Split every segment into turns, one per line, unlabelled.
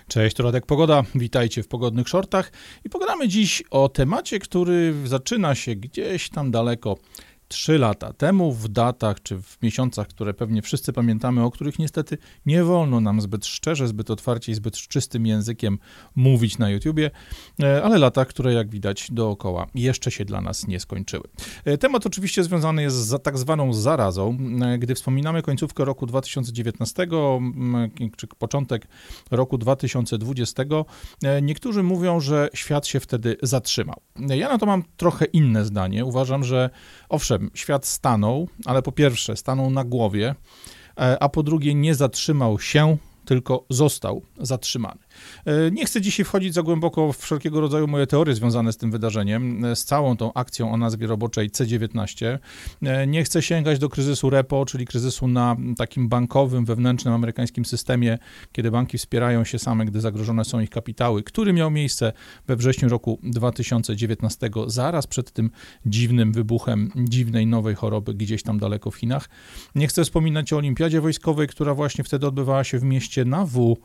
Cześć, to Radek Pogoda, witajcie w Pogodnych Shortach i pogadamy dziś o temacie, który zaczyna się gdzieś tam daleko 3 lata temu, w datach czy w miesiącach, które pewnie wszyscy pamiętamy, o których niestety nie wolno nam zbyt szczerze, zbyt otwarcie i zbyt czystym językiem mówić na YouTubie, ale latach, które jak widać dookoła jeszcze się dla nas nie skończyły. Temat oczywiście związany jest z tak zwaną zarazą. Gdy wspominamy końcówkę roku 2019 czy początek roku 2020, niektórzy mówią, że świat się wtedy zatrzymał. Ja na to mam trochę inne zdanie. Uważam, że owszem, świat stanął, ale po pierwsze stanął na głowie, a po drugie nie zatrzymał się, tylko został zatrzymany. Nie chcę dzisiaj wchodzić za głęboko w wszelkiego rodzaju moje teorie związane z tym wydarzeniem, z całą tą akcją o nazwie roboczej C-19. Nie chcę sięgać do kryzysu repo, czyli kryzysu na takim bankowym, wewnętrznym amerykańskim systemie, kiedy banki wspierają się same, gdy zagrożone są ich kapitały, który miał miejsce we wrześniu roku 2019, zaraz przed tym dziwnym wybuchem dziwnej nowej choroby gdzieś tam daleko w Chinach. Nie chcę wspominać o olimpiadzie wojskowej, która właśnie wtedy odbywała się w mieście na W,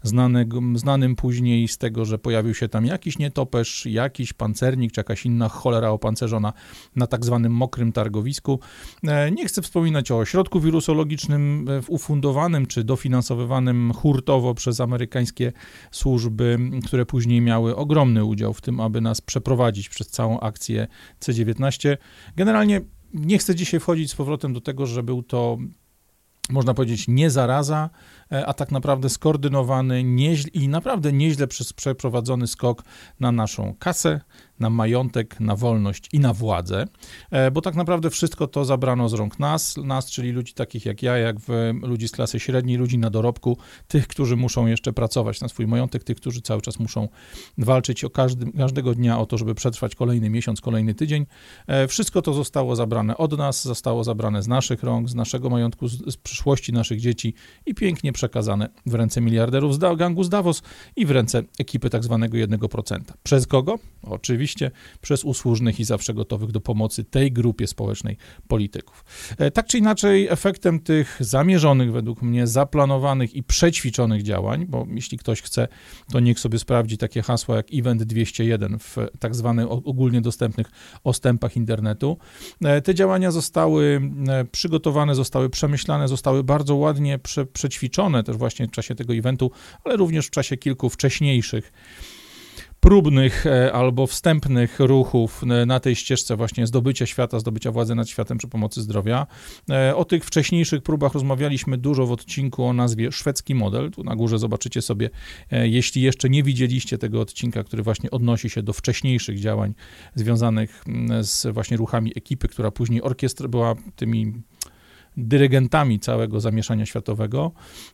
znanym później z tego, że pojawił się tam jakiś nietoperz, jakiś pancernik, czy jakaś inna cholera opancerzona na tak zwanym mokrym targowisku. Nie chcę wspominać o ośrodku wirusologicznym ufundowanym, czy dofinansowywanym hurtowo przez amerykańskie służby, które później miały ogromny udział w tym, aby nas przeprowadzić przez całą akcję C-19. Generalnie nie chcę dzisiaj wchodzić z powrotem do tego, że był to, można powiedzieć, nie zaraza, a tak naprawdę skoordynowany i naprawdę nieźle przeprowadzony skok na naszą kasę, na majątek, na wolność i na władzę, bo tak naprawdę wszystko to zabrano z rąk nas, czyli ludzi takich jak ja, ludzi z klasy średniej, ludzi na dorobku, tych, którzy muszą jeszcze pracować na swój majątek, tych, którzy cały czas muszą walczyć każdego dnia o to, żeby przetrwać kolejny miesiąc, kolejny tydzień. Wszystko to zostało zabrane od nas, zostało zabrane z naszych rąk, z naszego majątku, z przyszłości naszych dzieci i pięknie przekazane w ręce miliarderów z gangu z Davos i w ręce ekipy tak zwanego 1%. Przez kogo? Oczywiście przez usłużnych i zawsze gotowych do pomocy tej grupie społecznej polityków. Tak czy inaczej, efektem tych zamierzonych, według mnie, zaplanowanych i przećwiczonych działań, bo jeśli ktoś chce, to niech sobie sprawdzi takie hasła jak Event 201 w tak zwanych ogólnie dostępnych ostępach internetu. Te działania zostały przygotowane, zostały przemyślane, zostały bardzo ładnie przećwiczone też właśnie w czasie tego eventu, ale również w czasie kilku wcześniejszych próbnych albo wstępnych ruchów na tej ścieżce właśnie zdobycia świata, zdobycia władzy nad światem przy pomocy zdrowia. O tych wcześniejszych próbach rozmawialiśmy dużo w odcinku o nazwie Szwedzki Model. Tu na górze zobaczycie sobie, jeśli jeszcze nie widzieliście tego odcinka, który właśnie odnosi się do wcześniejszych działań związanych z właśnie ruchami ekipy, która później była tymi dyrygentami całego zamieszania światowego.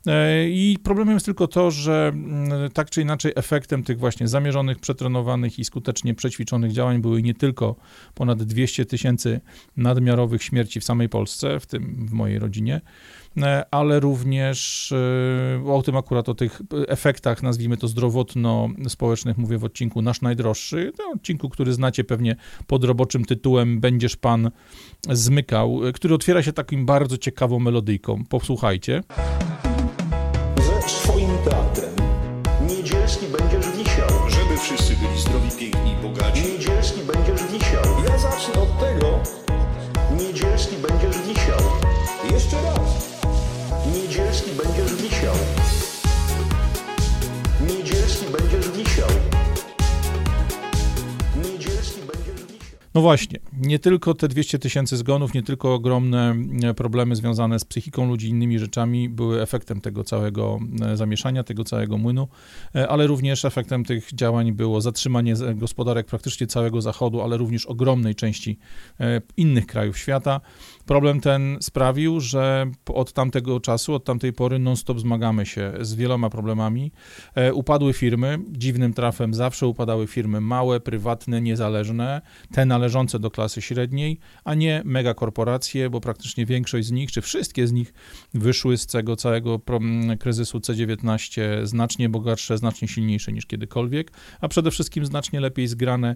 I problemem jest tylko to, że tak czy inaczej efektem tych właśnie zamierzonych, przetrenowanych i skutecznie przećwiczonych działań były nie tylko ponad 200 000 nadmiarowych śmierci w samej Polsce, w tym w mojej rodzinie, ale również o tych efektach, nazwijmy to zdrowotno-społecznych, mówię w odcinku Nasz Najdroższy, to odcinku, który znacie pewnie pod roboczym tytułem Będziesz Pan zmykał, który otwiera się takim bardzo ciekawą melodyjką. Posłuchajcie.
Ze swoim teatrem Niedzielski będziesz wisiał.
Żeby wszyscy byli zdrowi, piękni i bogaci.
Niedzielski będziesz wisiał. Ja zacznę od tego. Niedzielski będziesz wisiał. Jeszcze raz. Niedzielski będziesz wisiał. Niedzielski będziesz wisiał. Niedzielski będziesz wisiał.
No właśnie, nie tylko te 200 000 zgonów, nie tylko ogromne problemy związane z psychiką ludzi, innymi rzeczami były efektem tego całego zamieszania, tego całego młynu, ale również efektem tych działań było zatrzymanie gospodarek praktycznie całego Zachodu, ale również ogromnej części innych krajów świata. Problem ten sprawił, że od tamtego czasu, od tamtej pory non-stop zmagamy się z wieloma problemami. Upadły firmy, dziwnym trafem zawsze upadały firmy małe, prywatne, niezależne, te należące do klasy średniej, a nie megakorporacje, bo praktycznie większość z nich, czy wszystkie z nich wyszły z tego całego kryzysu C-19 znacznie bogatsze, znacznie silniejsze niż kiedykolwiek, a przede wszystkim znacznie lepiej zgrane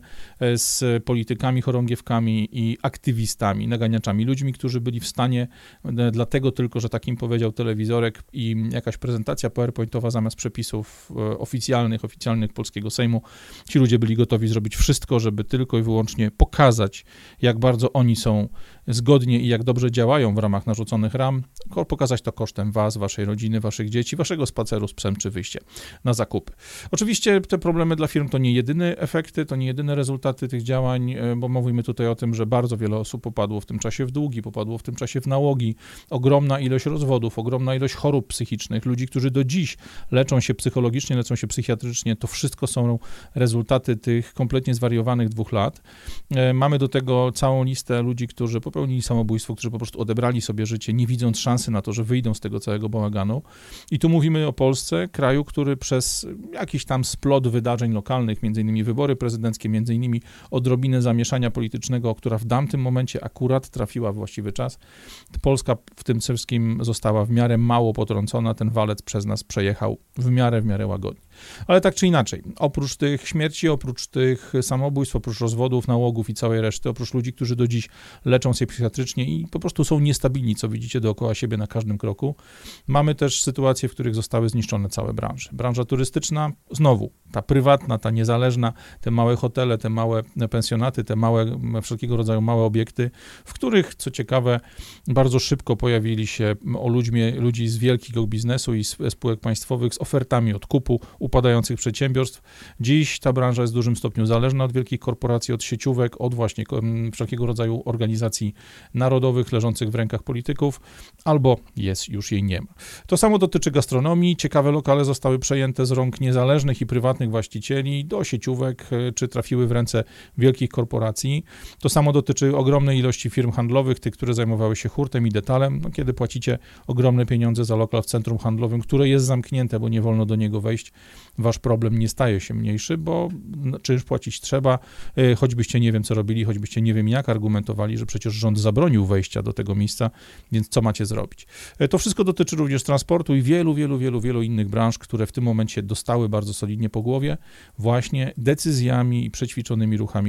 z politykami, chorągiewkami i aktywistami, naganiaczami, ludźmi, którzy byli w stanie, dlatego tylko, że tak im powiedział telewizorek i jakaś prezentacja PowerPointowa zamiast przepisów oficjalnych polskiego Sejmu, ci ludzie byli gotowi zrobić wszystko, żeby tylko i wyłącznie pokazać, jak bardzo oni są zgodnie i jak dobrze działają w ramach narzuconych ram, pokazać to kosztem was, waszej rodziny, waszych dzieci, waszego spaceru z psem czy wyjście na zakupy. Oczywiście te problemy dla firm to nie jedyne efekty, to nie jedyne rezultaty tych działań, bo mówimy tutaj o tym, że bardzo wiele osób popadło w tym czasie w długi, popadło w tym czasie w nałogi, ogromna ilość rozwodów, ogromna ilość chorób psychicznych, ludzi, którzy do dziś leczą się psychologicznie, leczą się psychiatrycznie, to wszystko są rezultaty tych kompletnie zwariowanych 2 lat. Mamy do tego całą listę ludzi, którzy popełnili samobójstwo, którzy po prostu odebrali sobie życie, nie widząc szansy na to, że wyjdą z tego całego bałaganu. I tu mówimy o Polsce, kraju, który przez jakiś tam splot wydarzeń lokalnych, między innymi wybory prezydenckie, między innymi odrobinę zamieszania politycznego, która w tamtym momencie akurat trafiła w właściwy czas, Polska w tym wszystkim została w miarę mało potrącona, ten walec przez nas przejechał w miarę łagodnie. Ale tak czy inaczej, oprócz tych śmierci, oprócz tych samobójstw, oprócz rozwodów, nałogów i całej reszty, oprócz ludzi, którzy do dziś leczą się psychiatrycznie i po prostu są niestabilni, co widzicie dookoła siebie na każdym kroku, mamy też sytuacje, w których zostały zniszczone całe branże. Branża turystyczna, znowu, ta prywatna, ta niezależna, te małe hotele, te małe pensjonaty, te małe, wszelkiego rodzaju małe obiekty, w których, co ciekawe, bardzo szybko pojawili się ludzi z wielkiego biznesu i z spółek państwowych z ofertami odkupu upadających przedsiębiorstw. Dziś ta branża jest w dużym stopniu zależna od wielkich korporacji, od sieciówek, od właśnie wszelkiego rodzaju organizacji narodowych leżących w rękach polityków, albo już jej nie ma. To samo dotyczy gastronomii. Ciekawe lokale zostały przejęte z rąk niezależnych i prywatnych właścicieli do sieciówek, czy trafiły w ręce wielkich korporacji. To samo dotyczy ogromnej ilości firm handlowych, tych, które zajmowały się hurtem i detalem. No, kiedy płacicie ogromne pieniądze za lokal w centrum handlowym, które jest zamknięte, bo nie wolno do niego wejść, wasz problem nie staje się mniejszy, bo czynsz płacić trzeba, choćbyście nie wiem co robili, choćbyście nie wiem jak argumentowali, że przecież rząd zabronił wejścia do tego miejsca, więc co macie zrobić? To wszystko dotyczy również transportu i wielu innych branż, które w tym momencie dostały bardzo solidnie po głowie właśnie decyzjami i przećwiczonymi ruchami,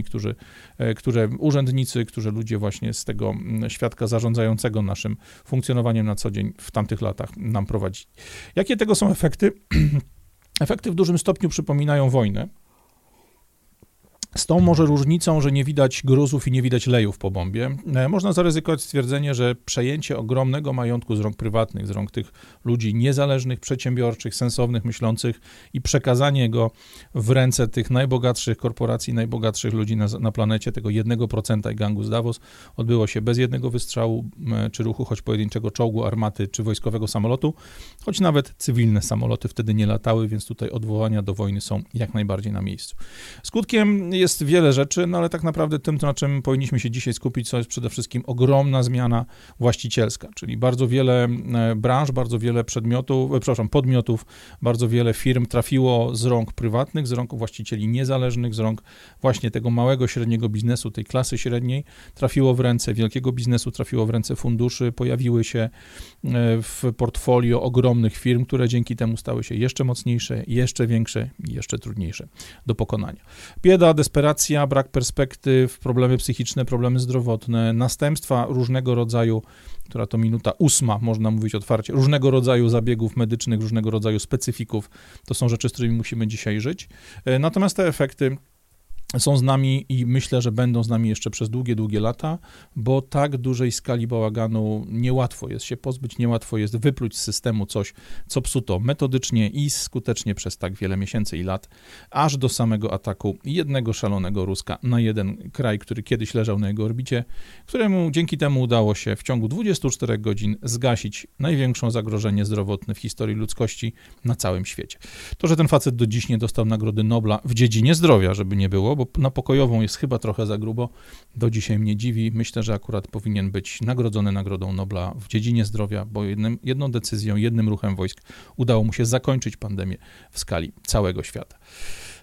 które urzędnicy, którzy ludzie właśnie z tego świadka zarządzającego naszym funkcjonowaniem na co dzień w tamtych latach nam prowadzili. Jakie tego są efekty? Efekty w dużym stopniu przypominają wojnę. Z tą może różnicą, że nie widać gruzów i nie widać lejów po bombie. Można zaryzykować stwierdzenie, że przejęcie ogromnego majątku z rąk prywatnych, z rąk tych ludzi niezależnych, przedsiębiorczych, sensownych, myślących i przekazanie go w ręce tych najbogatszych korporacji, najbogatszych ludzi na planecie, tego 1% i gangu z Davos, odbyło się bez jednego wystrzału czy ruchu, choć pojedynczego czołgu, armaty czy wojskowego samolotu, choć nawet cywilne samoloty wtedy nie latały, więc tutaj odwołania do wojny są jak najbardziej na miejscu. Skutkiem jest wiele rzeczy, no ale tak naprawdę tym, na czym powinniśmy się dzisiaj skupić, to jest przede wszystkim ogromna zmiana właścicielska, czyli bardzo wiele branż, bardzo wiele podmiotów, bardzo wiele firm trafiło z rąk prywatnych, z rąk właścicieli niezależnych, z rąk właśnie tego małego, średniego biznesu, tej klasy średniej, trafiło w ręce wielkiego biznesu, trafiło w ręce funduszy, pojawiły się w portfolio ogromnych firm, które dzięki temu stały się jeszcze mocniejsze, jeszcze większe i jeszcze trudniejsze do pokonania. Bieda, desperacja, brak perspektyw, problemy psychiczne, problemy zdrowotne, następstwa różnego rodzaju, która to minuta 8, można mówić otwarcie, różnego rodzaju zabiegów medycznych, różnego rodzaju specyfików, to są rzeczy, z którymi musimy dzisiaj żyć. Natomiast te efekty są z nami i myślę, że będą z nami jeszcze przez długie lata, bo tak dużej skali bałaganu niełatwo jest się pozbyć, niełatwo jest wypluć z systemu coś, co psuto metodycznie i skutecznie przez tak wiele miesięcy i lat, aż do samego ataku jednego szalonego Ruska na jeden kraj, który kiedyś leżał na jego orbicie, któremu dzięki temu udało się w ciągu 24 godzin zgasić największe zagrożenie zdrowotne w historii ludzkości na całym świecie. To, że ten facet do dziś nie dostał Nagrody Nobla w dziedzinie zdrowia, żeby nie było, bo na pokojową jest chyba trochę za grubo, do dzisiaj mnie dziwi. Myślę, że akurat powinien być nagrodzony Nagrodą Nobla w dziedzinie zdrowia, bo jedną decyzją, jednym ruchem wojsk udało mu się zakończyć pandemię w skali całego świata.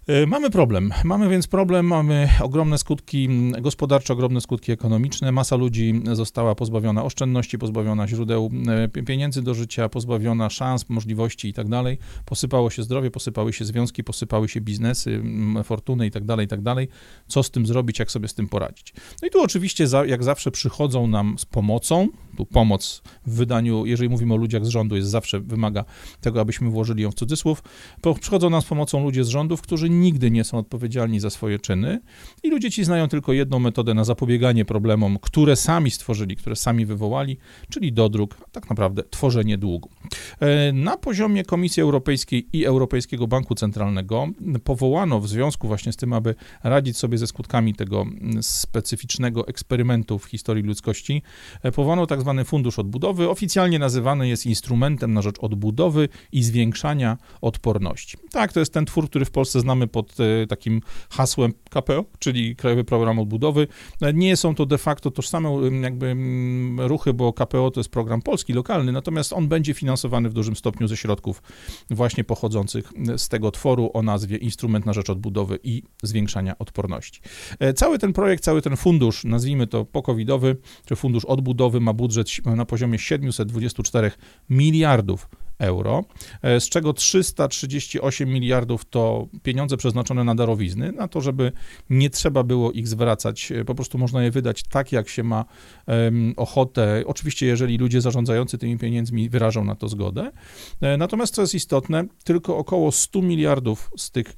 Mamy więc problem, mamy ogromne skutki gospodarcze, ogromne skutki ekonomiczne. Masa ludzi została pozbawiona oszczędności, pozbawiona źródeł pieniędzy do życia, pozbawiona szans, możliwości i tak dalej. Posypało się zdrowie, posypały się związki, posypały się biznesy, fortuny i tak dalej. Co z tym zrobić, jak sobie z tym poradzić? No i tu oczywiście, jak zawsze, przychodzą nam z pomocą. Tu pomoc w wydaniu, jeżeli mówimy o ludziach z rządu, wymaga tego, abyśmy włożyli ją w cudzysłów. Przychodzą nam z pomocą ludzie z rządów, którzy nigdy nie są odpowiedzialni za swoje czyny i ludzie ci znają tylko jedną metodę na zapobieganie problemom, które sami stworzyli, które sami wywołali, czyli dodruk, tak naprawdę tworzenie długu. Na poziomie Komisji Europejskiej i Europejskiego Banku Centralnego powołano w związku właśnie z tym, aby radzić sobie ze skutkami tego specyficznego eksperymentu w historii ludzkości, powołano tak zwany Fundusz Odbudowy. Oficjalnie nazywany jest instrumentem na rzecz odbudowy i zwiększania odporności. Tak, to jest ten twór, który w Polsce znamy pod takim hasłem KPO, czyli Krajowy Program Odbudowy. Nie są to de facto tożsame jakby ruchy, bo KPO to jest program polski, lokalny, natomiast on będzie finansowany w dużym stopniu ze środków właśnie pochodzących z tego tworu o nazwie Instrument na rzecz Odbudowy i Zwiększania Odporności. Cały ten projekt, cały ten fundusz, nazwijmy to pokowidowy, czy Fundusz Odbudowy, ma budżet na poziomie 724 miliardów euro, z czego 338 miliardów to pieniądze przeznaczone na darowizny, na to, żeby nie trzeba było ich zwracać, po prostu można je wydać tak, jak się ma ochotę, oczywiście jeżeli ludzie zarządzający tymi pieniędzmi wyrażą na to zgodę. Natomiast co jest istotne, tylko około 100 miliardów z tych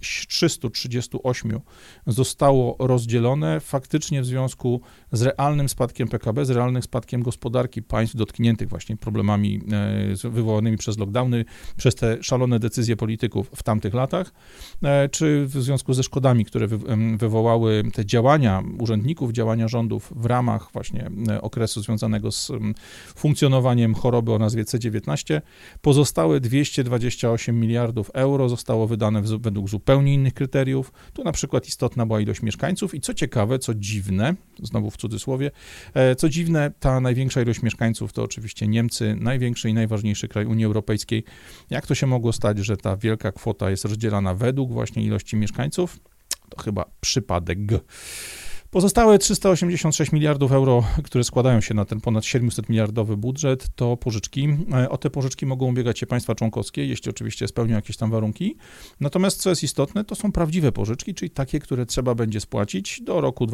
338 zostało rozdzielone faktycznie w związku z realnym spadkiem PKB, z realnym spadkiem gospodarki państw dotkniętych właśnie problemami wywołanymi przez lockdowny, przez te szalone decyzje polityków w tamtych latach, czy w związku ze szkodami, które wywołały te działania urzędników, działania rządów w ramach właśnie okresu związanego z funkcjonowaniem choroby o nazwie C19. Pozostałe 228 miliardów euro zostało wydane według zupełnie innych kryteriów. Tu na przykład istotna była ilość mieszkańców i co ciekawe, co dziwne, znowu w cudzysłowie, co dziwne, ta największa ilość mieszkańców to oczywiście Niemcy, największy i najważniejszy kraj Unii Europejskiej. Jak to się mogło stać, że ta wielka kwota jest rozdzielana według właśnie ilości mieszkańców? To chyba przypadek. Pozostałe 386 miliardów euro, które składają się na ten ponad 700 miliardowy budżet, to pożyczki. O te pożyczki mogą ubiegać się państwa członkowskie, jeśli oczywiście spełnią jakieś tam warunki. Natomiast co jest istotne, to są prawdziwe pożyczki, czyli takie, które trzeba będzie spłacić do roku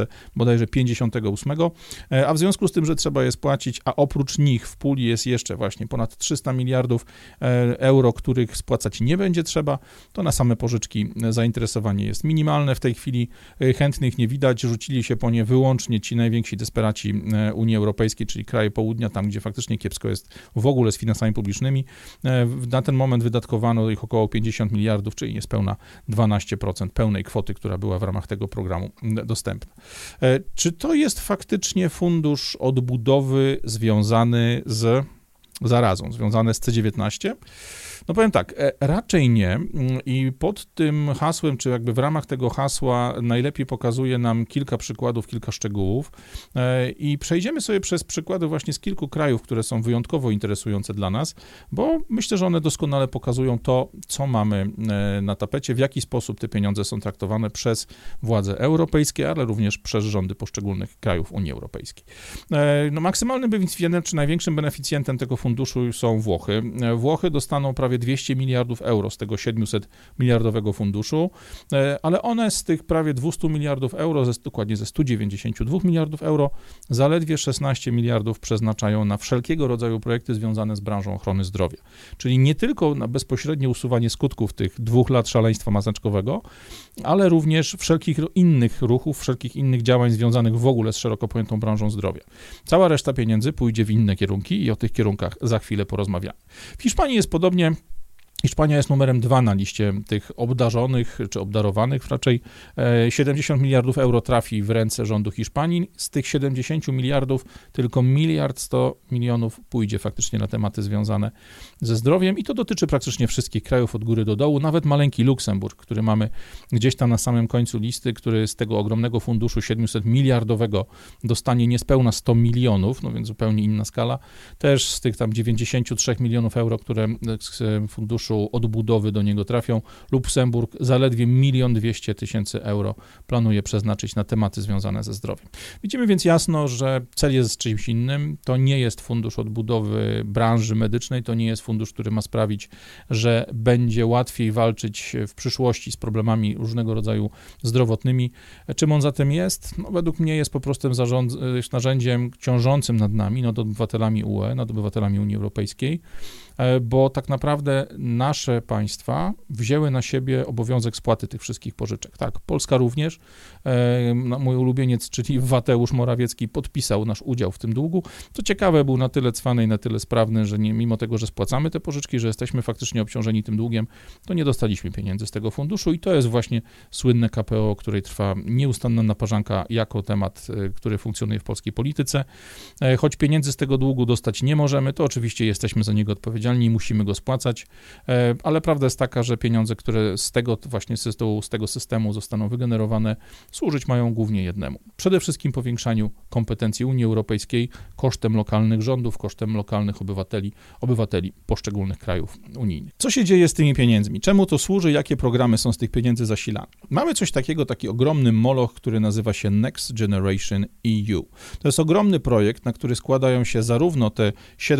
2058, a w związku z tym, że trzeba je spłacić, a oprócz nich w puli jest jeszcze właśnie ponad 300 miliardów euro, których spłacać nie będzie trzeba, to na same pożyczki zainteresowanie jest minimalne. W tej chwili chętnych nie widać, rzucili się po nie wyłącznie ci najwięksi desperaci Unii Europejskiej, czyli kraje południa, tam gdzie faktycznie kiepsko jest w ogóle z finansami publicznymi. Na ten moment wydatkowano ich około 50 miliardów, czyli niespełna 12% pełnej kwoty, która była w ramach tego programu dostępna. Czy to jest faktycznie fundusz odbudowy związany z zarazą, związane z C19? No powiem tak, raczej nie i pod tym hasłem, czy jakby w ramach tego hasła najlepiej pokazuje nam kilka przykładów, kilka szczegółów i przejdziemy sobie przez przykłady właśnie z kilku krajów, które są wyjątkowo interesujące dla nas, bo myślę, że one doskonale pokazują to, co mamy na tapecie, w jaki sposób te pieniądze są traktowane przez władze europejskie, ale również przez rządy poszczególnych krajów Unii Europejskiej. No maksymalnym beneficjentem, czy największym beneficjentem tego funduszu są Włochy. Włochy dostaną prawie 200 miliardów euro z tego 700 miliardowego funduszu, ale one z tych prawie 200 miliardów euro, dokładnie ze 192 miliardów euro, zaledwie 16 miliardów przeznaczają na wszelkiego rodzaju projekty związane z branżą ochrony zdrowia. Czyli nie tylko na bezpośrednie usuwanie skutków tych 2 lat szaleństwa maseczkowego, ale również wszelkich innych ruchów, wszelkich innych działań związanych w ogóle z szeroko pojętą branżą zdrowia. Cała reszta pieniędzy pójdzie w inne kierunki i o tych kierunkach za chwilę porozmawiamy. W Hiszpanii jest podobnie. Hiszpania jest numerem 2 na liście tych obdarzonych, czy obdarowanych raczej. 70 miliardów euro trafi w ręce rządu Hiszpanii. Z tych 70 miliardów tylko 1,1 mld pójdzie faktycznie na tematy związane ze zdrowiem i to dotyczy praktycznie wszystkich krajów od góry do dołu, nawet maleńki Luksemburg, który mamy gdzieś tam na samym końcu listy, który z tego ogromnego funduszu 700 miliardowego dostanie niespełna 100 milionów, no więc zupełnie inna skala. Też z tych tam 93 milionów euro, które z funduszu funduszu odbudowy do niego trafią. Luksemburg zaledwie 1 200 000 euro planuje przeznaczyć na tematy związane ze zdrowiem. Widzimy więc jasno, że cel jest czymś innym. To nie jest fundusz odbudowy branży medycznej, to nie jest fundusz, który ma sprawić, że będzie łatwiej walczyć w przyszłości z problemami różnego rodzaju zdrowotnymi. Czym on zatem jest? No, według mnie jest po prostu narzędziem ciążącym nad nami, nad obywatelami UE, nad obywatelami Unii Europejskiej, bo tak naprawdę nasze państwa wzięły na siebie obowiązek spłaty tych wszystkich pożyczek. Tak, Polska również. Mój ulubieniec, czyli Mateusz Morawiecki, podpisał nasz udział w tym długu. Co ciekawe, był na tyle cwany i na tyle sprawny, że mimo tego, że spłacamy te pożyczki, że jesteśmy faktycznie obciążeni tym długiem, to nie dostaliśmy pieniędzy z tego funduszu i to jest właśnie słynne KPO, o której trwa nieustanna naparzanka jako temat, który funkcjonuje w polskiej polityce. Choć pieniędzy z tego długu dostać nie możemy, to oczywiście jesteśmy za niego odpowiedzialni i musimy go spłacać, ale prawda jest taka, że pieniądze, które z tego właśnie z tego systemu zostaną wygenerowane, służyć mają głównie jednemu. Przede wszystkim powiększaniu kompetencji Unii Europejskiej kosztem lokalnych rządów, kosztem lokalnych obywateli poszczególnych krajów unijnych. Co się dzieje z tymi pieniędzmi? Czemu to służy? Jakie programy są z tych pieniędzy zasilane? Mamy coś takiego, taki ogromny moloch, który nazywa się Next Generation EU. To jest ogromny projekt, na który składają się zarówno te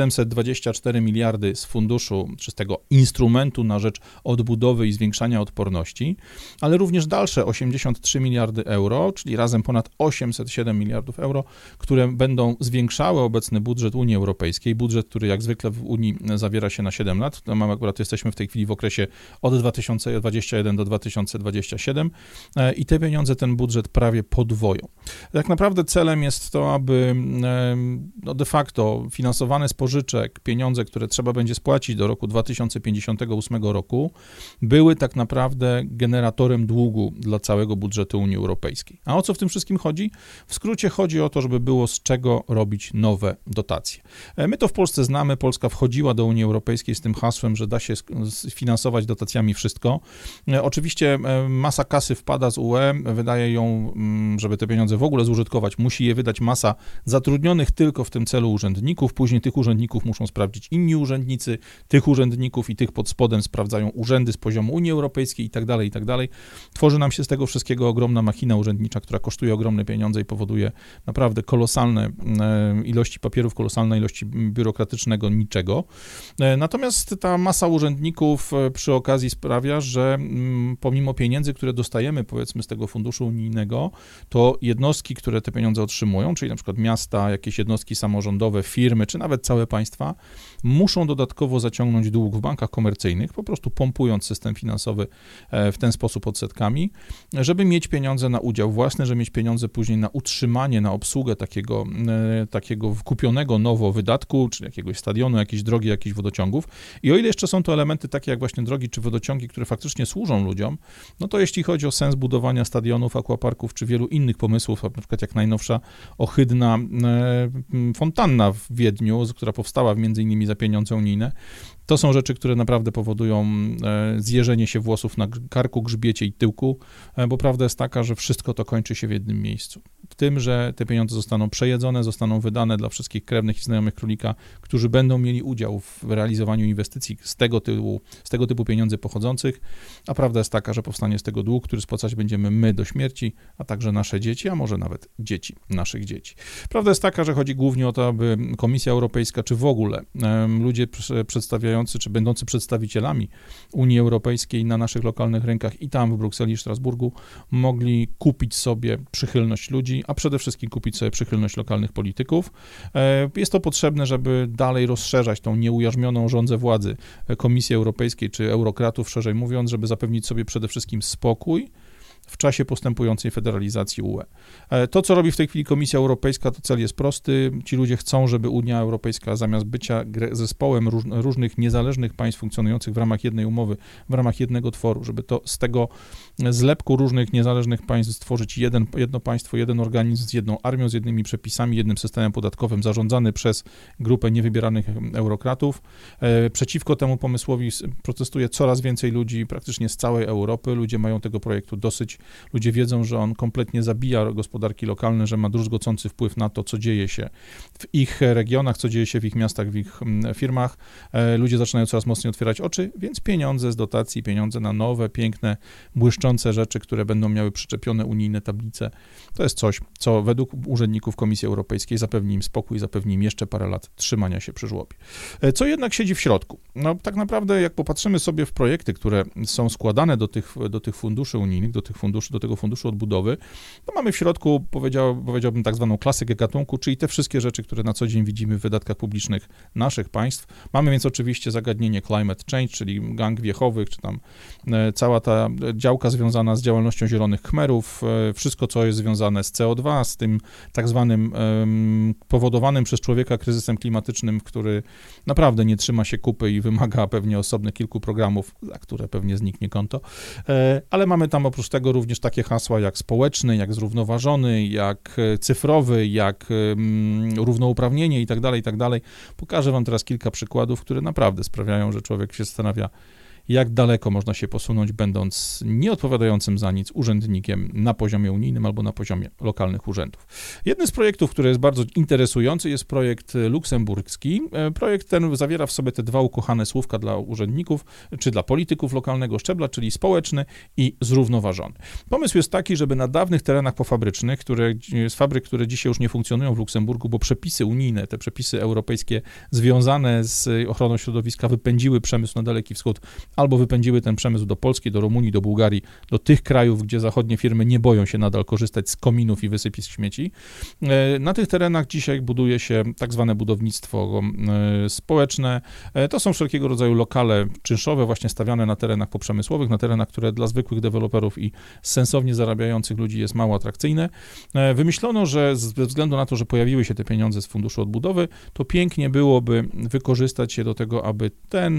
724 miliardy z funduszu, czy z tego instrumentu na rzecz odbudowy i zwiększania odporności, ale również dalsze 83 miliardy euro, czyli razem ponad 807 miliardów euro, które będą zwiększały obecny budżet Unii Europejskiej, budżet, który jak zwykle w Unii zawiera się na 7 lat. To mamy akurat, jesteśmy w tej chwili w okresie od 2021 do 2027 i te pieniądze ten budżet prawie podwoją. Tak naprawdę celem jest to, aby de facto finansowane z pożyczek pieniądze, które trzeba będzie spłacić do roku 2058 roku, były tak naprawdę generatorem długu dla całego budżetu Unii Europejskiej. A o co w tym wszystkim chodzi? W skrócie chodzi o to, żeby było z czego robić nowe dotacje. My to w Polsce znamy, Polska wchodziła do Unii Europejskiej z tym hasłem, że da się finansować dotacjami wszystko. Oczywiście masa kasy wpada z UE, wydaje ją, żeby te pieniądze w ogóle zużytkować, musi je wydać masa zatrudnionych tylko w tym celu urzędników, później tych urzędników muszą sprawdzić inni urzędnicy, tych urzędników i tych pod spodem sprawdzają urzędy z poziomu Unii Europejskiej i tak dalej, i tak dalej. Tworzy nam się z tego wszystkiego ogromna machina urzędnicza, która kosztuje ogromne pieniądze i powoduje naprawdę kolosalne ilości papierów, kolosalne ilości biurokratycznego niczego. Natomiast ta masa urzędników przy okazji sprawia, że pomimo pieniędzy, które dostajemy, powiedzmy, z tego funduszu unijnego, to jednostki, które te pieniądze otrzymują, czyli na przykład miasta, jakieś jednostki samorządowe, firmy, czy nawet całe państwa, muszą dodatkowo zaciągnąć dług w bankach komercyjnych, po prostu pompując system finansowy w ten sposób odsetkami, żeby mieć pieniądze na udział własny, żeby mieć pieniądze później na utrzymanie, na obsługę takiego kupionego nowo wydatku, czyli jakiegoś stadionu, jakiejś drogi, jakichś wodociągów. I o ile jeszcze są to elementy takie jak właśnie drogi czy wodociągi, które faktycznie służą ludziom, no to jeśli chodzi o sens budowania stadionów, aquaparków czy wielu innych pomysłów, na przykład jak najnowsza ohydna fontanna w Wiedniu, która powstała między innymi za pieniądze unijne, to są rzeczy, które naprawdę powodują zjeżenie się włosów na karku, grzbiecie i tyłku, bo prawda jest taka, że wszystko to kończy się w jednym miejscu. W tym, że te pieniądze zostaną przejedzone, zostaną wydane dla wszystkich krewnych i znajomych królika, którzy będą mieli udział w realizowaniu inwestycji z tego typu pieniędzy pochodzących, a prawda jest taka, że powstanie z tego dług, który spłacać będziemy my do śmierci, a także nasze dzieci, a może nawet dzieci naszych dzieci. Prawda jest taka, że chodzi głównie o to, aby Komisja Europejska, czy w ogóle ludzie przedstawiający, czy będący przedstawicielami Unii Europejskiej na naszych lokalnych rynkach i tam w Brukseli i Strasburgu mogli kupić sobie przychylność ludzi, a przede wszystkim kupić sobie przychylność lokalnych polityków. Jest to potrzebne, żeby dalej rozszerzać tą nieujarzmioną żądzę władzy Komisji Europejskiej, czy eurokratów, szerzej mówiąc, żeby zapewnić sobie przede wszystkim spokój w czasie postępującej federalizacji UE. To, co robi w tej chwili Komisja Europejska, to cel jest prosty. Ci ludzie chcą, żeby Unia Europejska zamiast bycia zespołem różnych niezależnych państw funkcjonujących w ramach jednej umowy, w ramach jednego tworu, żeby to z tego zlepku różnych niezależnych państw stworzyć jedno państwo, jeden organizm z jedną armią, z jednymi przepisami, jednym systemem podatkowym zarządzany przez grupę niewybieranych eurokratów. Przeciwko temu pomysłowi protestuje coraz więcej ludzi praktycznie z całej Europy. Ludzie mają tego projektu dosyć. widać. Ludzie wiedzą, że on kompletnie zabija gospodarki lokalne, że ma druzgocący wpływ na to, co dzieje się w ich regionach, co dzieje się w ich miastach, w ich firmach. Ludzie zaczynają coraz mocniej otwierać oczy, więc pieniądze z dotacji, pieniądze na nowe, piękne, błyszczące rzeczy, które będą miały przyczepione unijne tablice, to jest coś, co według urzędników Komisji Europejskiej zapewni im spokój, zapewni im jeszcze parę lat trzymania się przy żłobie. Co jednak siedzi w środku? No tak naprawdę, jak popatrzymy sobie w projekty, które są składane do tych funduszy unijnych, do tego funduszu odbudowy, to mamy w środku, powiedziałbym, tak zwaną klasykę gatunku, czyli te wszystkie rzeczy, które na co dzień widzimy w wydatkach publicznych naszych państw. Mamy więc oczywiście zagadnienie climate change, czyli gang wiechowych, czy tam cała ta działka związana z działalnością zielonych khmerów, wszystko, co jest związane z CO2, z tym tak zwanym powodowanym przez człowieka kryzysem klimatycznym, który naprawdę nie trzyma się kupy i wymaga pewnie osobnych kilku programów, za które pewnie zniknie konto, ale mamy tam oprócz tego również takie hasła jak społeczny, jak zrównoważony, jak cyfrowy, jak równouprawnienie i tak dalej. Pokażę wam teraz kilka przykładów, które naprawdę sprawiają, że człowiek się zastanawia, jak daleko można się posunąć, będąc nieodpowiadającym za nic urzędnikiem na poziomie unijnym albo na poziomie lokalnych urzędów. Jednym z projektów, który jest bardzo interesujący, jest projekt luksemburski. Projekt ten zawiera w sobie te dwa ukochane słówka dla urzędników, czy dla polityków lokalnego szczebla, czyli społeczny i zrównoważony. Pomysł jest taki, żeby na dawnych terenach pofabrycznych, z fabryk, które dzisiaj już nie funkcjonują w Luksemburgu, bo przepisy unijne, te przepisy europejskie związane z ochroną środowiska wypędziły przemysł na Daleki Wschód, albo wypędziły ten przemysł do Polski, do Rumunii, do Bułgarii, do tych krajów, gdzie zachodnie firmy nie boją się nadal korzystać z kominów i wysypisk śmieci. Na tych terenach dzisiaj buduje się tak zwane budownictwo społeczne. To są wszelkiego rodzaju lokale czynszowe, właśnie stawiane na terenach poprzemysłowych, na terenach, które dla zwykłych deweloperów i sensownie zarabiających ludzi jest mało atrakcyjne. Wymyślono, że ze względu na to, że pojawiły się te pieniądze z Funduszu Odbudowy, to pięknie byłoby wykorzystać je do tego, aby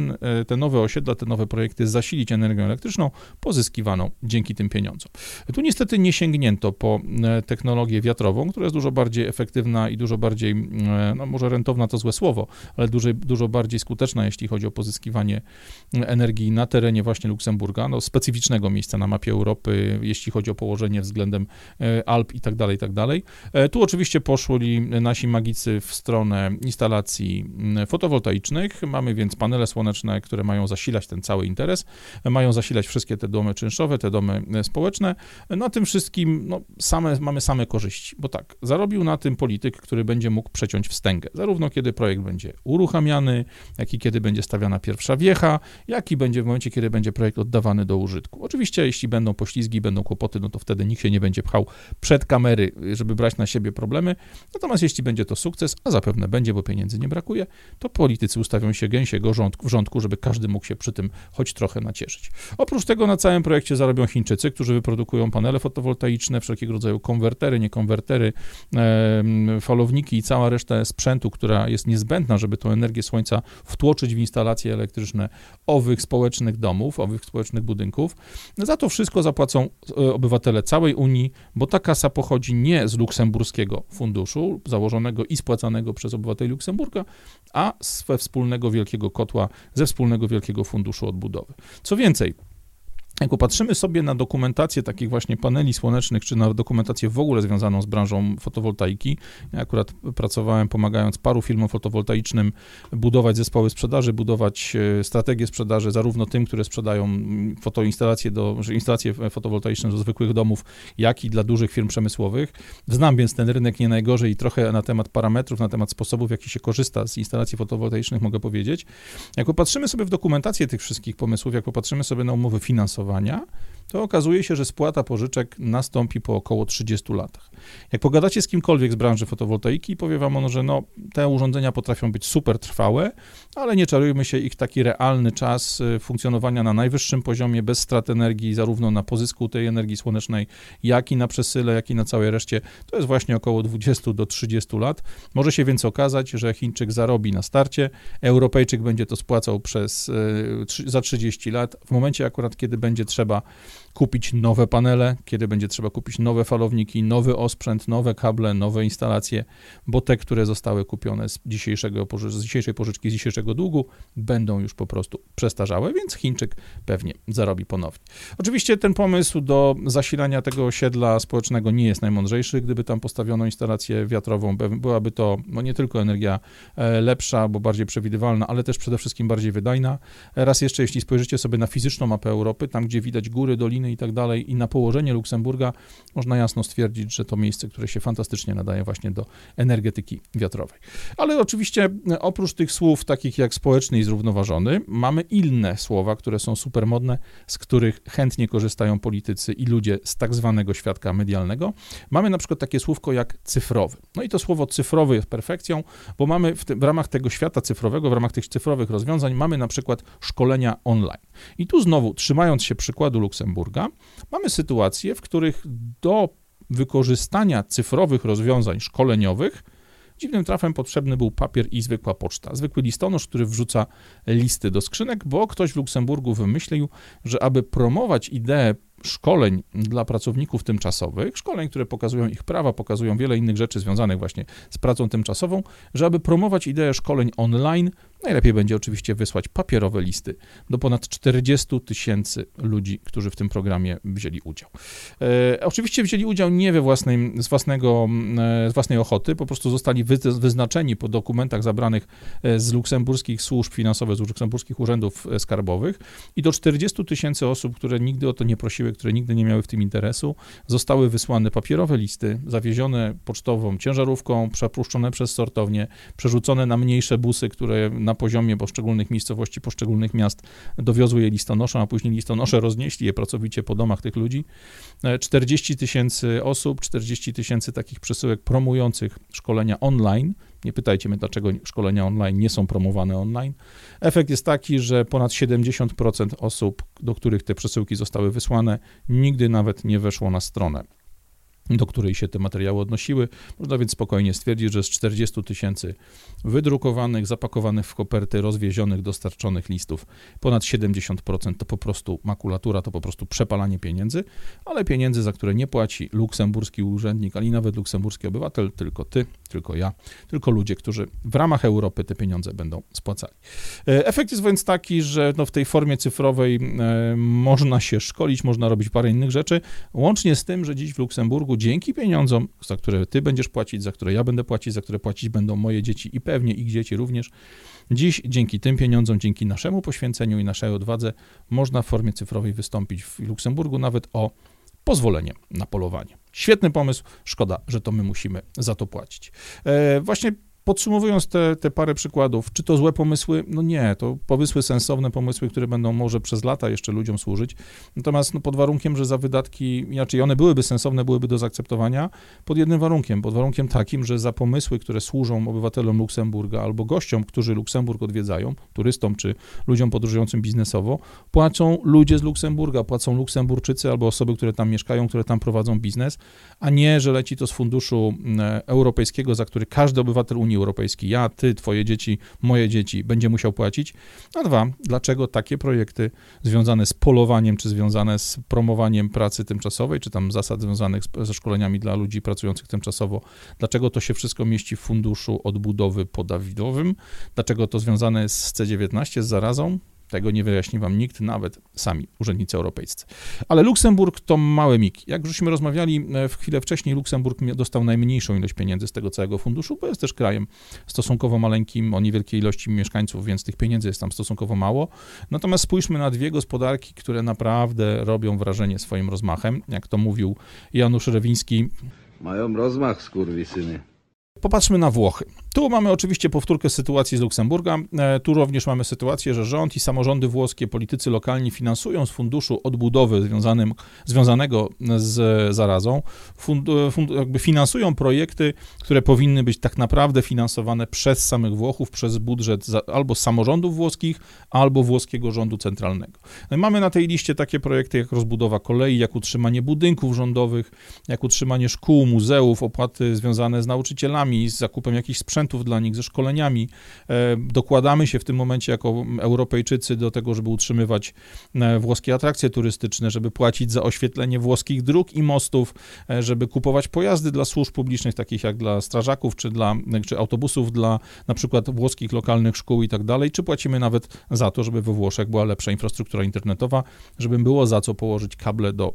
te nowe osiedla, te nowe projekty zasilić energią elektryczną pozyskiwaną dzięki tym pieniądzom. Tu niestety nie sięgnięto po technologię wiatrową, która jest dużo bardziej efektywna i dużo bardziej, no może rentowna to złe słowo, ale dużo bardziej skuteczna, jeśli chodzi o pozyskiwanie energii na terenie właśnie Luksemburga, no specyficznego miejsca na mapie Europy, jeśli chodzi o położenie względem Alp i tak dalej. Tu oczywiście poszli nasi magicy w stronę instalacji fotowoltaicznych. Mamy więc panele słoneczne, które mają zasilać ten cały interes, mają zasilać wszystkie te domy czynszowe, te domy społeczne. Na tym wszystkim mamy same korzyści, bo tak, zarobił na tym polityk, który będzie mógł przeciąć wstęgę, zarówno kiedy projekt będzie uruchamiany, jak i kiedy będzie stawiana pierwsza wiecha, jak i będzie w momencie, kiedy będzie projekt oddawany do użytku. Oczywiście, jeśli będą poślizgi, będą kłopoty, no to wtedy nikt się nie będzie pchał przed kamery, żeby brać na siebie problemy. Natomiast jeśli będzie to sukces, a zapewne będzie, bo pieniędzy nie brakuje, to politycy ustawią się gęsiego w rządku, żeby każdy mógł się przy tym choć trochę nacieszyć. Oprócz tego na całym projekcie zarobią Chińczycy, którzy wyprodukują panele fotowoltaiczne, wszelkiego rodzaju konwertery, niekonwertery, falowniki i cała reszta sprzętu, która jest niezbędna, żeby tę energię słońca wtłoczyć w instalacje elektryczne owych społecznych domów, owych społecznych budynków. Za to wszystko zapłacą obywatele całej Unii, bo ta kasa pochodzi nie z luksemburskiego funduszu, założonego i spłacanego przez obywateli Luksemburga, a ze wspólnego wielkiego kotła, ze wspólnego wielkiego funduszu odbudowy. Co więcej, jak popatrzymy sobie na dokumentację takich właśnie paneli słonecznych, czy na dokumentację w ogóle związaną z branżą fotowoltaiki, ja akurat pracowałem pomagając paru firmom fotowoltaicznym budować zespoły sprzedaży, budować strategię sprzedaży, zarówno tym, które sprzedają instalacje fotowoltaiczne do zwykłych domów, jak i dla dużych firm przemysłowych. Znam więc ten rynek nie najgorzej i trochę na temat parametrów, na temat sposobów, w jaki się korzysta z instalacji fotowoltaicznych mogę powiedzieć. Jak popatrzymy sobie w dokumentację tych wszystkich pomysłów, jak popatrzymy sobie na umowy finansowe, to okazuje się, że spłata pożyczek nastąpi po około 30 latach. Jak pogadacie z kimkolwiek z branży fotowoltaiki, powie wam ono, że te urządzenia potrafią być super trwałe, ale nie czarujmy się, ich taki realny czas funkcjonowania na najwyższym poziomie, bez strat energii, zarówno na pozysku tej energii słonecznej, jak i na przesyle, jak i na całej reszcie, to jest właśnie około 20 do 30 lat. Może się więc okazać, że Chińczyk zarobi na starcie, Europejczyk będzie to spłacał za 30 lat, w momencie akurat, kiedy będzie trzeba kupić nowe panele, kiedy będzie trzeba kupić nowe falowniki, nowy osprzęt, nowe kable, nowe instalacje, bo te, które zostały kupione z dzisiejszej pożyczki, z dzisiejszego długu, będą już po prostu przestarzałe, więc Chińczyk pewnie zarobi ponownie. Oczywiście ten pomysł do zasilania tego osiedla społecznego nie jest najmądrzejszy. Gdyby tam postawiono instalację wiatrową, byłaby to nie tylko energia lepsza, bo bardziej przewidywalna, ale też przede wszystkim bardziej wydajna. Raz jeszcze, jeśli spojrzycie sobie na fizyczną mapę Europy, tam gdzie widać góry, doliny i tak dalej i na położenie Luksemburga, można jasno stwierdzić, że to miejsce, które się fantastycznie nadaje właśnie do energetyki wiatrowej. Ale oczywiście oprócz tych słów takich jak społeczny i zrównoważony, mamy inne słowa, które są supermodne, z których chętnie korzystają politycy i ludzie z tak zwanego świadka medialnego. Mamy na przykład takie słówko jak cyfrowy. No i to słowo cyfrowy jest perfekcją, bo mamy w ramach tego świata cyfrowego, w ramach tych cyfrowych rozwiązań mamy na przykład szkolenia online. I tu znowu, trzymając się przykładu Luksemburga, mamy sytuacje, w których do wykorzystania cyfrowych rozwiązań szkoleniowych dziwnym trafem potrzebny był papier i zwykła poczta. Zwykły listonosz, który wrzuca listy do skrzynek, bo ktoś w Luksemburgu wymyślił, że aby promować ideę szkoleń dla pracowników tymczasowych, szkoleń, które pokazują ich prawa, pokazują wiele innych rzeczy związanych właśnie z pracą tymczasową, że aby promować ideę szkoleń online, najlepiej będzie oczywiście wysłać papierowe listy do ponad 40 000 ludzi, którzy w tym programie wzięli udział. Oczywiście wzięli udział nie z własnej ochoty, po prostu zostali wyznaczeni po dokumentach zabranych z luksemburskich służb finansowych, z luksemburskich urzędów skarbowych i do 40 000 osób, które nigdy o to nie prosiły, które nigdy nie miały w tym interesu, zostały wysłane papierowe listy, zawiezione pocztową ciężarówką, przepuszczone przez sortownię, przerzucone na mniejsze busy, które na poziomie poszczególnych miejscowości, poszczególnych miast dowiozły je listonoszom, a później listonosze roznieśli je pracowicie po domach tych ludzi. 40 000 osób, 40 000 takich przesyłek promujących szkolenia online. Nie pytajcie mnie, dlaczego szkolenia online nie są promowane online. Efekt jest taki, że ponad 70% osób, do których te przesyłki zostały wysłane, nigdy nawet nie weszło na stronę, do której się te materiały odnosiły. Można więc spokojnie stwierdzić, że z 40 000 wydrukowanych, zapakowanych w koperty, rozwiezionych, dostarczonych listów, ponad 70% to po prostu makulatura, to po prostu przepalanie pieniędzy, ale pieniędzy, za które nie płaci luksemburski urzędnik, ani nawet luksemburski obywatel, tylko ty, tylko ja, tylko ludzie, którzy w ramach Europy te pieniądze będą spłacali. Efekt jest więc taki, że w tej formie cyfrowej można się szkolić, można robić parę innych rzeczy, łącznie z tym, że dziś w Luksemburgu dzięki pieniądzom, za które ty będziesz płacić, za które ja będę płacić, za które płacić będą moje dzieci i pewnie ich dzieci również, dziś dzięki tym pieniądzom, dzięki naszemu poświęceniu i naszej odwadze można w formie cyfrowej wystąpić w Luksemburgu nawet o pozwolenie na polowanie. Świetny pomysł, szkoda, że to my musimy za to płacić. Właśnie podsumowując te parę przykładów, czy to złe pomysły? No nie, to pomysły sensowne, pomysły, które będą może przez lata jeszcze ludziom służyć, natomiast pod warunkiem, że za wydatki, inaczej one byłyby sensowne, byłyby do zaakceptowania, pod jednym warunkiem, pod warunkiem takim, że za pomysły, które służą obywatelom Luksemburga albo gościom, którzy Luksemburg odwiedzają, turystom czy ludziom podróżującym biznesowo, płacą ludzie z Luksemburga, płacą Luksemburczycy albo osoby, które tam mieszkają, które tam prowadzą biznes, a nie, że leci to z funduszu europejskiego, za który każdy obywatel Unii Europejskiej, ja, ty, twoje dzieci, moje dzieci, będzie musiał płacić. A dwa, dlaczego takie projekty związane z polowaniem, czy związane z promowaniem pracy tymczasowej, czy tam zasad związanych ze szkoleniami dla ludzi pracujących tymczasowo, dlaczego to się wszystko mieści w funduszu odbudowy podawidowym, dlaczego to związane jest z C19, z zarazą? Tego nie wyjaśni wam nikt, nawet sami urzędnicy europejscy. Ale Luksemburg to małe miki. Jak żeśmy rozmawiali w chwilę wcześniej, Luksemburg dostał najmniejszą ilość pieniędzy z tego całego funduszu, bo jest też krajem stosunkowo maleńkim, o niewielkiej ilości mieszkańców, więc tych pieniędzy jest tam stosunkowo mało. Natomiast spójrzmy na dwie gospodarki, które naprawdę robią wrażenie swoim rozmachem. Jak to mówił Janusz Rewiński.
Mają rozmach, skurwysyny.
Popatrzmy na Włochy. Tu mamy oczywiście powtórkę sytuacji z Luksemburga. Tu również mamy sytuację, że rząd i samorządy włoskie, politycy lokalni finansują z funduszu odbudowy związanego z zarazą, jakby finansują projekty, które powinny być tak naprawdę finansowane przez samych Włochów, przez budżet albo samorządów włoskich, albo włoskiego rządu centralnego. No i mamy na tej liście takie projekty jak rozbudowa kolei, jak utrzymanie budynków rządowych, jak utrzymanie szkół, muzeów, opłaty związane z nauczycielami, nauczycielami, z zakupem jakichś sprzętów dla nich, ze szkoleniami. Dokładamy się w tym momencie jako Europejczycy do tego, żeby utrzymywać włoskie atrakcje turystyczne, żeby płacić za oświetlenie włoskich dróg i mostów, żeby kupować pojazdy dla służb publicznych, takich jak dla strażaków, czy autobusów dla na przykład włoskich lokalnych szkół i tak dalej, czy płacimy nawet za to, żeby we Włoszech była lepsza infrastruktura internetowa, żeby było za co położyć kable do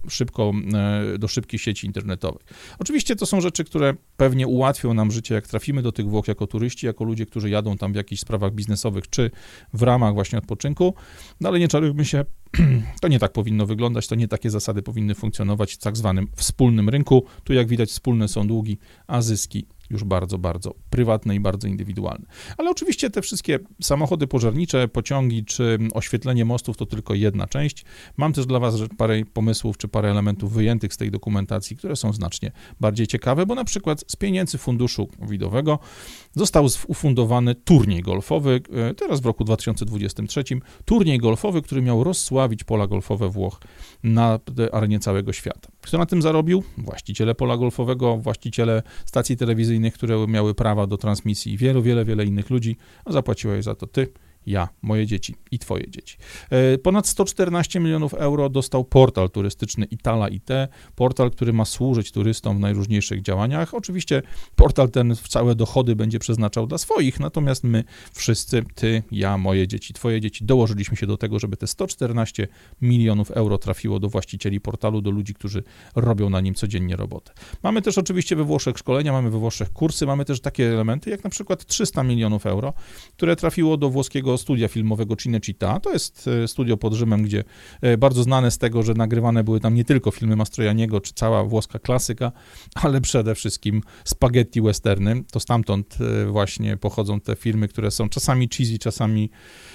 szybkich sieci internetowych. Oczywiście to są rzeczy, które pewnie ułatwią nam życie, jak trafimy do tych Włoch jako turyści, jako ludzie, którzy jadą tam w jakichś sprawach biznesowych, czy w ramach właśnie odpoczynku, no ale nie czarujmy się, to nie tak powinno wyglądać, to nie takie zasady powinny funkcjonować w tak zwanym wspólnym rynku. Tu jak widać wspólne są długi, a zyski już bardzo, bardzo prywatne i bardzo indywidualne. Ale oczywiście te wszystkie samochody pożarnicze, pociągi czy oświetlenie mostów to tylko jedna część. Mam też dla was parę pomysłów czy parę elementów wyjętych z tej dokumentacji, które są znacznie bardziej ciekawe, bo na przykład z pieniędzy funduszu covidowego został ufundowany turniej golfowy, teraz w roku 2023, turniej golfowy, który miał rozsławić pola golfowe Włoch na arenie całego świata. Kto na tym zarobił? Właściciele pola golfowego, właściciele stacji telewizyjnych, które miały prawa do transmisji i wiele innych ludzi, a zapłaciłeś za to ty, ja, moje dzieci i twoje dzieci. Ponad 114 milionów euro dostał portal turystyczny Itala IT, portal, który ma służyć turystom w najróżniejszych działaniach. Oczywiście portal ten całe dochody będzie przeznaczał dla swoich, natomiast my wszyscy, ty, ja, moje dzieci, twoje dzieci, dołożyliśmy się do tego, żeby te 114 milionów euro trafiło do właścicieli portalu, do ludzi, którzy robią na nim codziennie robotę. Mamy też oczywiście we Włoszech szkolenia, mamy we Włoszech kursy, mamy też takie elementy, jak na przykład 300 milionów euro, które trafiło do włoskiego studia filmowego Cinecittà. To jest studio pod Rzymem, gdzie bardzo znane z tego, że nagrywane były tam nie tylko filmy Mastrojaniego, czy cała włoska klasyka, ale przede wszystkim spaghetti westerny. To stamtąd właśnie pochodzą te filmy, które są czasami cheesy, czasami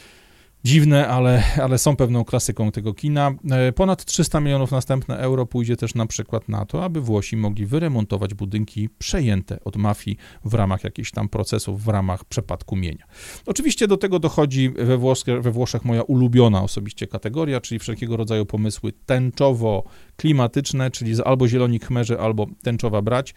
dziwne, ale są pewną klasyką tego kina. Ponad 300 milionów następne euro pójdzie też na przykład na to, aby Włosi mogli wyremontować budynki przejęte od mafii w ramach jakichś tam procesów, w ramach przepadku mienia. Oczywiście do tego dochodzi we Włoszech moja ulubiona osobiście kategoria, czyli wszelkiego rodzaju pomysły tęczowo-klimatyczne, czyli albo zieloni khmerzy, albo tęczowa brać.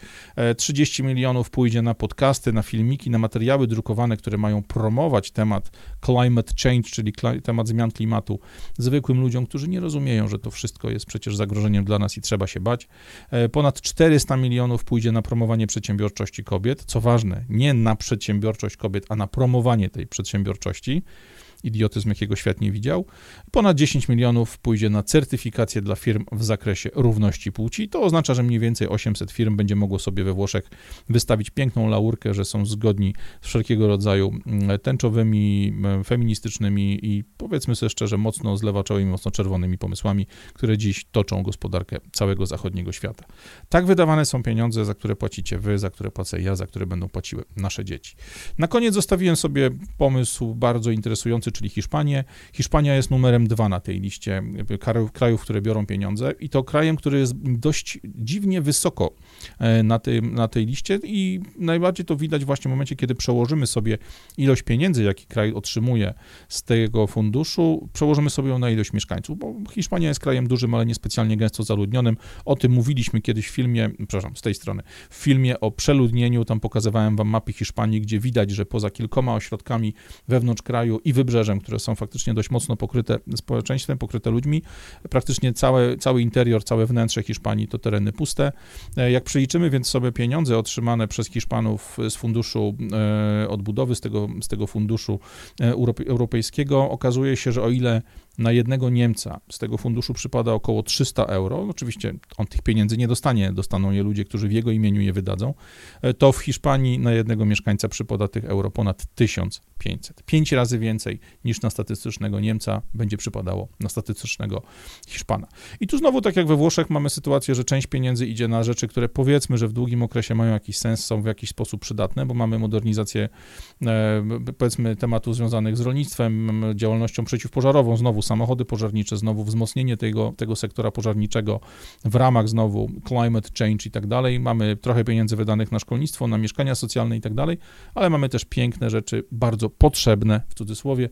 30 milionów pójdzie na podcasty, na filmiki, na materiały drukowane, które mają promować temat climate change, czyli temat zmian klimatu zwykłym ludziom, którzy nie rozumieją, że to wszystko jest przecież zagrożeniem dla nas i trzeba się bać. Ponad 400 milionów pójdzie na promowanie przedsiębiorczości kobiet. Co ważne, nie na przedsiębiorczość kobiet, a na promowanie tej przedsiębiorczości. Idiotyzm, jakiego świat nie widział. Ponad 10 milionów pójdzie na certyfikację dla firm w zakresie równości płci. To oznacza, że mniej więcej 800 firm będzie mogło sobie we Włoszech wystawić piękną laurkę, że są zgodni z wszelkiego rodzaju tęczowymi, feministycznymi i powiedzmy sobie szczerze, mocno zlewaczowymi, mocno czerwonymi pomysłami, które dziś toczą gospodarkę całego zachodniego świata. Tak wydawane są pieniądze, za które płacicie wy, za które płacę ja, za które będą płaciły nasze dzieci. Na koniec zostawiłem sobie pomysł bardzo interesujący, czyli Hiszpanię. Hiszpania jest numerem 2 na tej liście krajów, które biorą pieniądze i to krajem, który jest dość dziwnie wysoko na tej liście i najbardziej to widać właśnie w momencie, kiedy przełożymy sobie ilość pieniędzy, jaki kraj otrzymuje z tego funduszu, przełożymy sobie ją na ilość mieszkańców, bo Hiszpania jest krajem dużym, ale niespecjalnie gęsto zaludnionym. O tym mówiliśmy kiedyś w filmie, z tej strony, w filmie o przeludnieniu, tam pokazywałem wam mapy Hiszpanii, gdzie widać, że poza kilkoma ośrodkami wewnątrz kraju i wybrzeżem, które są faktycznie dość mocno pokryte społeczeństwem, pokryte ludźmi. Praktycznie cały interior, całe wnętrze Hiszpanii to tereny puste. Jak przeliczymy więc sobie pieniądze otrzymane przez Hiszpanów z funduszu odbudowy, z tego funduszu europejskiego, okazuje się, że o ile na jednego Niemca z tego funduszu przypada około 300 euro, oczywiście on tych pieniędzy nie dostanie, dostaną je ludzie, którzy w jego imieniu je wydadzą, to w Hiszpanii na jednego mieszkańca przypada tych euro ponad 1500. 5 razy więcej niż na statystycznego Niemca będzie przypadało na statystycznego Hiszpana. I tu znowu, tak jak we Włoszech, mamy sytuację, że część pieniędzy idzie na rzeczy, które powiedzmy, że w długim okresie mają jakiś sens, są w jakiś sposób przydatne, bo mamy modernizację, powiedzmy, tematów związanych z rolnictwem, działalnością przeciwpożarową, znowu samochody pożarnicze, znowu wzmocnienie tego sektora pożarniczego w ramach znowu climate change i tak dalej. Mamy trochę pieniędzy wydanych na szkolnictwo, na mieszkania socjalne i tak dalej, ale mamy też piękne rzeczy, bardzo potrzebne, w cudzysłowie,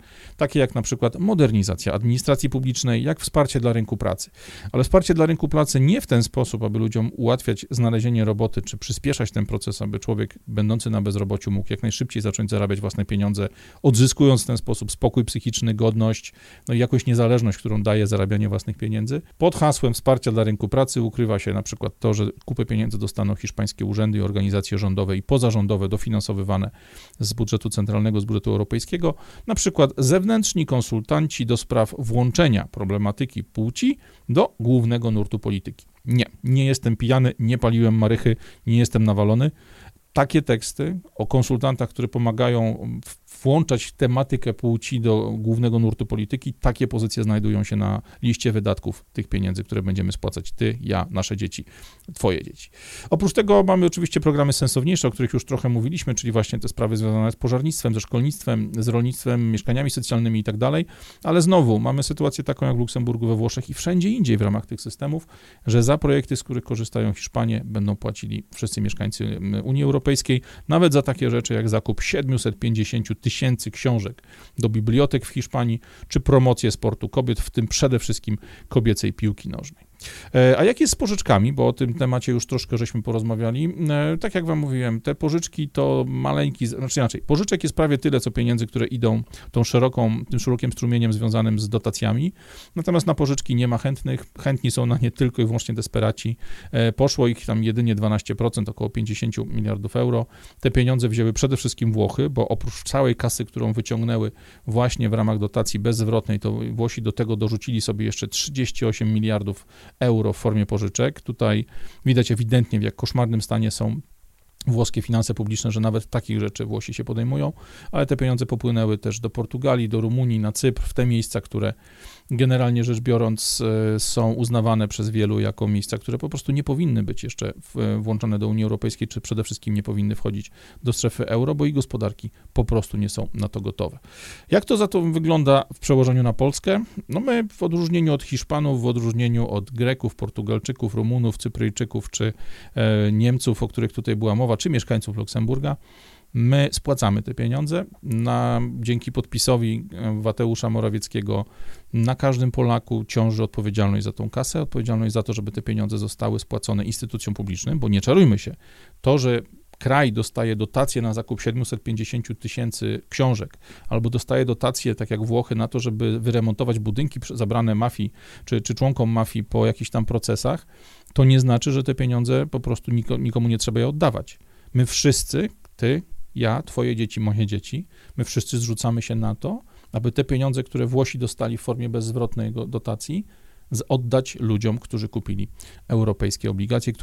takie jak na przykład modernizacja administracji publicznej, jak wsparcie dla rynku pracy. Ale wsparcie dla rynku pracy nie w ten sposób, aby ludziom ułatwiać znalezienie roboty, czy przyspieszać ten proces, aby człowiek będący na bezrobociu mógł jak najszybciej zacząć zarabiać własne pieniądze, odzyskując w ten sposób spokój psychiczny, godność, no i jakąś niezależność, którą daje zarabianie własnych pieniędzy. Pod hasłem wsparcia dla rynku pracy ukrywa się na przykład to, że kupę pieniędzy dostaną hiszpańskie urzędy i organizacje rządowe i pozarządowe dofinansowywane z budżetu centralnego, z budżetu europejskiego, na przykład zewnętrzni konsultanci do spraw włączenia problematyki płci do głównego nurtu polityki. Nie jestem pijany, nie paliłem marychy, nie jestem nawalony. Takie teksty o konsultantach, które pomagają włączać tematykę płci do głównego nurtu polityki, takie pozycje znajdują się na liście wydatków tych pieniędzy, które będziemy spłacać ty, ja, nasze dzieci, twoje dzieci. Oprócz tego mamy oczywiście programy sensowniejsze, o których już trochę mówiliśmy, czyli właśnie te sprawy związane z pożarnictwem, ze szkolnictwem, z rolnictwem, mieszkaniami socjalnymi i tak dalej, ale znowu mamy sytuację taką jak w Luksemburgu, we Włoszech i wszędzie indziej w ramach tych systemów, że za projekty, z których korzystają Hiszpanie, będą płacili wszyscy mieszkańcy Unii Europejskiej, nawet za takie rzeczy jak zakup 750 000 książek do bibliotek w Hiszpanii, czy promocję sportu kobiet, w tym przede wszystkim kobiecej piłki nożnej. A jak jest z pożyczkami, bo o tym temacie już troszkę żeśmy porozmawiali. Tak jak wam mówiłem, te pożyczki to pożyczek jest prawie tyle, co pieniędzy, które idą tym szerokim strumieniem związanym z dotacjami, natomiast na pożyczki nie ma chętnych, chętni są na nie tylko i wyłącznie desperaci. Poszło ich tam jedynie 12%, około 50 miliardów euro. Te pieniądze wzięły przede wszystkim Włochy, bo oprócz całej kasy, którą wyciągnęły właśnie w ramach dotacji bezzwrotnej, to Włosi do tego dorzucili sobie jeszcze 38 miliardów euro w formie pożyczek. Tutaj widać ewidentnie, w jak koszmarnym stanie są włoskie finanse publiczne, że nawet takich rzeczy Włosi się podejmują, ale te pieniądze popłynęły też do Portugalii, do Rumunii, na Cypr, w te miejsca, które generalnie rzecz biorąc są uznawane przez wielu jako miejsca, które po prostu nie powinny być jeszcze włączone do Unii Europejskiej, czy przede wszystkim nie powinny wchodzić do strefy euro, bo ich gospodarki po prostu nie są na to gotowe. Jak to za to wygląda w przełożeniu na Polskę? No my w odróżnieniu od Hiszpanów, w odróżnieniu od Greków, Portugalczyków, Rumunów, Cypryjczyków, czy Niemców, o których tutaj była mowa, czy mieszkańców Luksemburga, my spłacamy te pieniądze. Dzięki podpisowi Mateusza Morawieckiego na każdym Polaku ciąży odpowiedzialność za tą kasę, odpowiedzialność za to, żeby te pieniądze zostały spłacone instytucjom publicznym, bo nie czarujmy się, to, że kraj dostaje dotację na zakup 750 000 książek, albo dostaje dotację, tak jak Włochy, na to, żeby wyremontować budynki zabrane mafii, czy członkom mafii po jakichś tam procesach, to nie znaczy, że te pieniądze po prostu nikomu nie trzeba je oddawać. My wszyscy, ty, ja, twoje dzieci, moje dzieci, my wszyscy zrzucamy się na to, aby te pieniądze, które Włosi dostali w formie bezzwrotnej dotacji, oddać ludziom, którzy kupili europejskie obligacje,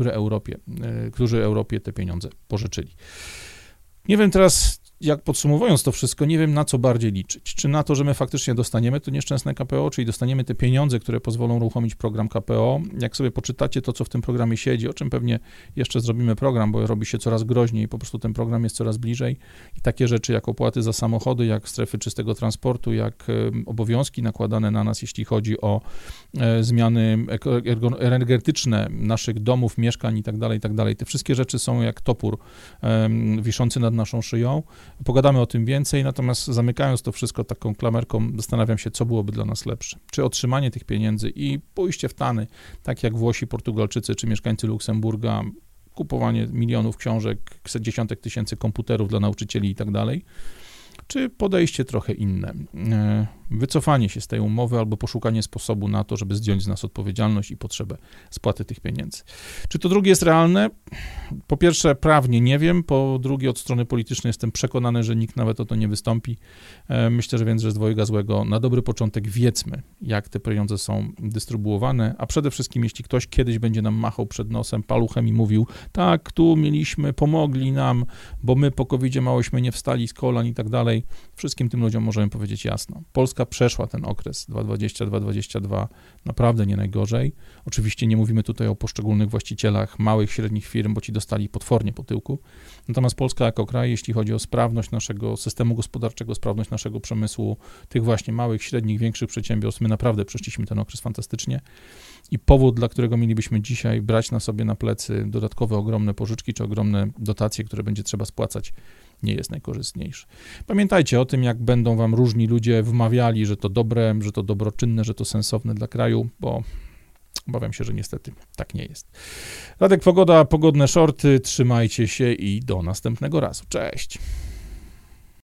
którzy Europie te pieniądze pożyczyli. Nie wiem teraz, jak podsumowując to wszystko, nie wiem na co bardziej liczyć. Czy na to, że my faktycznie dostaniemy to nieszczęsne KPO, czyli dostaniemy te pieniądze, które pozwolą uruchomić program KPO. Jak sobie poczytacie to, co w tym programie siedzi, o czym pewnie jeszcze zrobimy program, bo robi się coraz groźniej, po prostu ten program jest coraz bliżej i takie rzeczy jak opłaty za samochody, jak strefy czystego transportu, jak obowiązki nakładane na nas, jeśli chodzi o zmiany energetyczne naszych domów, mieszkań i tak dalej. Te wszystkie rzeczy są jak topór wiszący nad naszą szyją. Pogadamy o tym więcej, natomiast zamykając to wszystko taką klamerką, zastanawiam się, co byłoby dla nas lepsze. Czy otrzymanie tych pieniędzy i pójście w tany, tak jak Włosi, Portugalczycy czy mieszkańcy Luksemburga, kupowanie milionów książek, dziesiątek tysięcy komputerów dla nauczycieli i tak dalej, czy podejście trochę inne, wycofanie się z tej umowy albo poszukanie sposobu na to, żeby zdjąć z nas odpowiedzialność i potrzebę spłaty tych pieniędzy. Czy to drugie jest realne? Po pierwsze, prawnie nie wiem, po drugie, od strony politycznej jestem przekonany, że nikt nawet o to nie wystąpi. Myślę, że więc, że z dwojga złego na dobry początek wiedzmy, jak te pieniądze są dystrybuowane, a przede wszystkim, jeśli ktoś kiedyś będzie nam machał przed nosem paluchem i mówił, tak, tu mieliśmy, pomogli nam, bo my po COVID-zie małośmy nie wstali z kolan i tak dalej, wszystkim tym ludziom możemy powiedzieć jasno. Polska przeszła ten okres 2020-2022 naprawdę nie najgorzej. Oczywiście nie mówimy tutaj o poszczególnych właścicielach małych, średnich firm, bo ci dostali potwornie po tyłku. Natomiast Polska jako kraj, jeśli chodzi o sprawność naszego systemu gospodarczego, sprawność naszego przemysłu, tych właśnie małych, średnich, większych przedsiębiorstw, my naprawdę przeszliśmy ten okres fantastycznie. I powód, dla którego mielibyśmy dzisiaj brać na sobie na plecy dodatkowe ogromne pożyczki, czy ogromne dotacje, które będzie trzeba spłacać nie jest najkorzystniejszy. Pamiętajcie o tym, jak będą wam różni ludzie wmawiali, że to dobre, że to dobroczynne, że to sensowne dla kraju, bo obawiam się, że niestety tak nie jest. Radek Pogoda, pogodne shorty, trzymajcie się i do następnego razu. Cześć!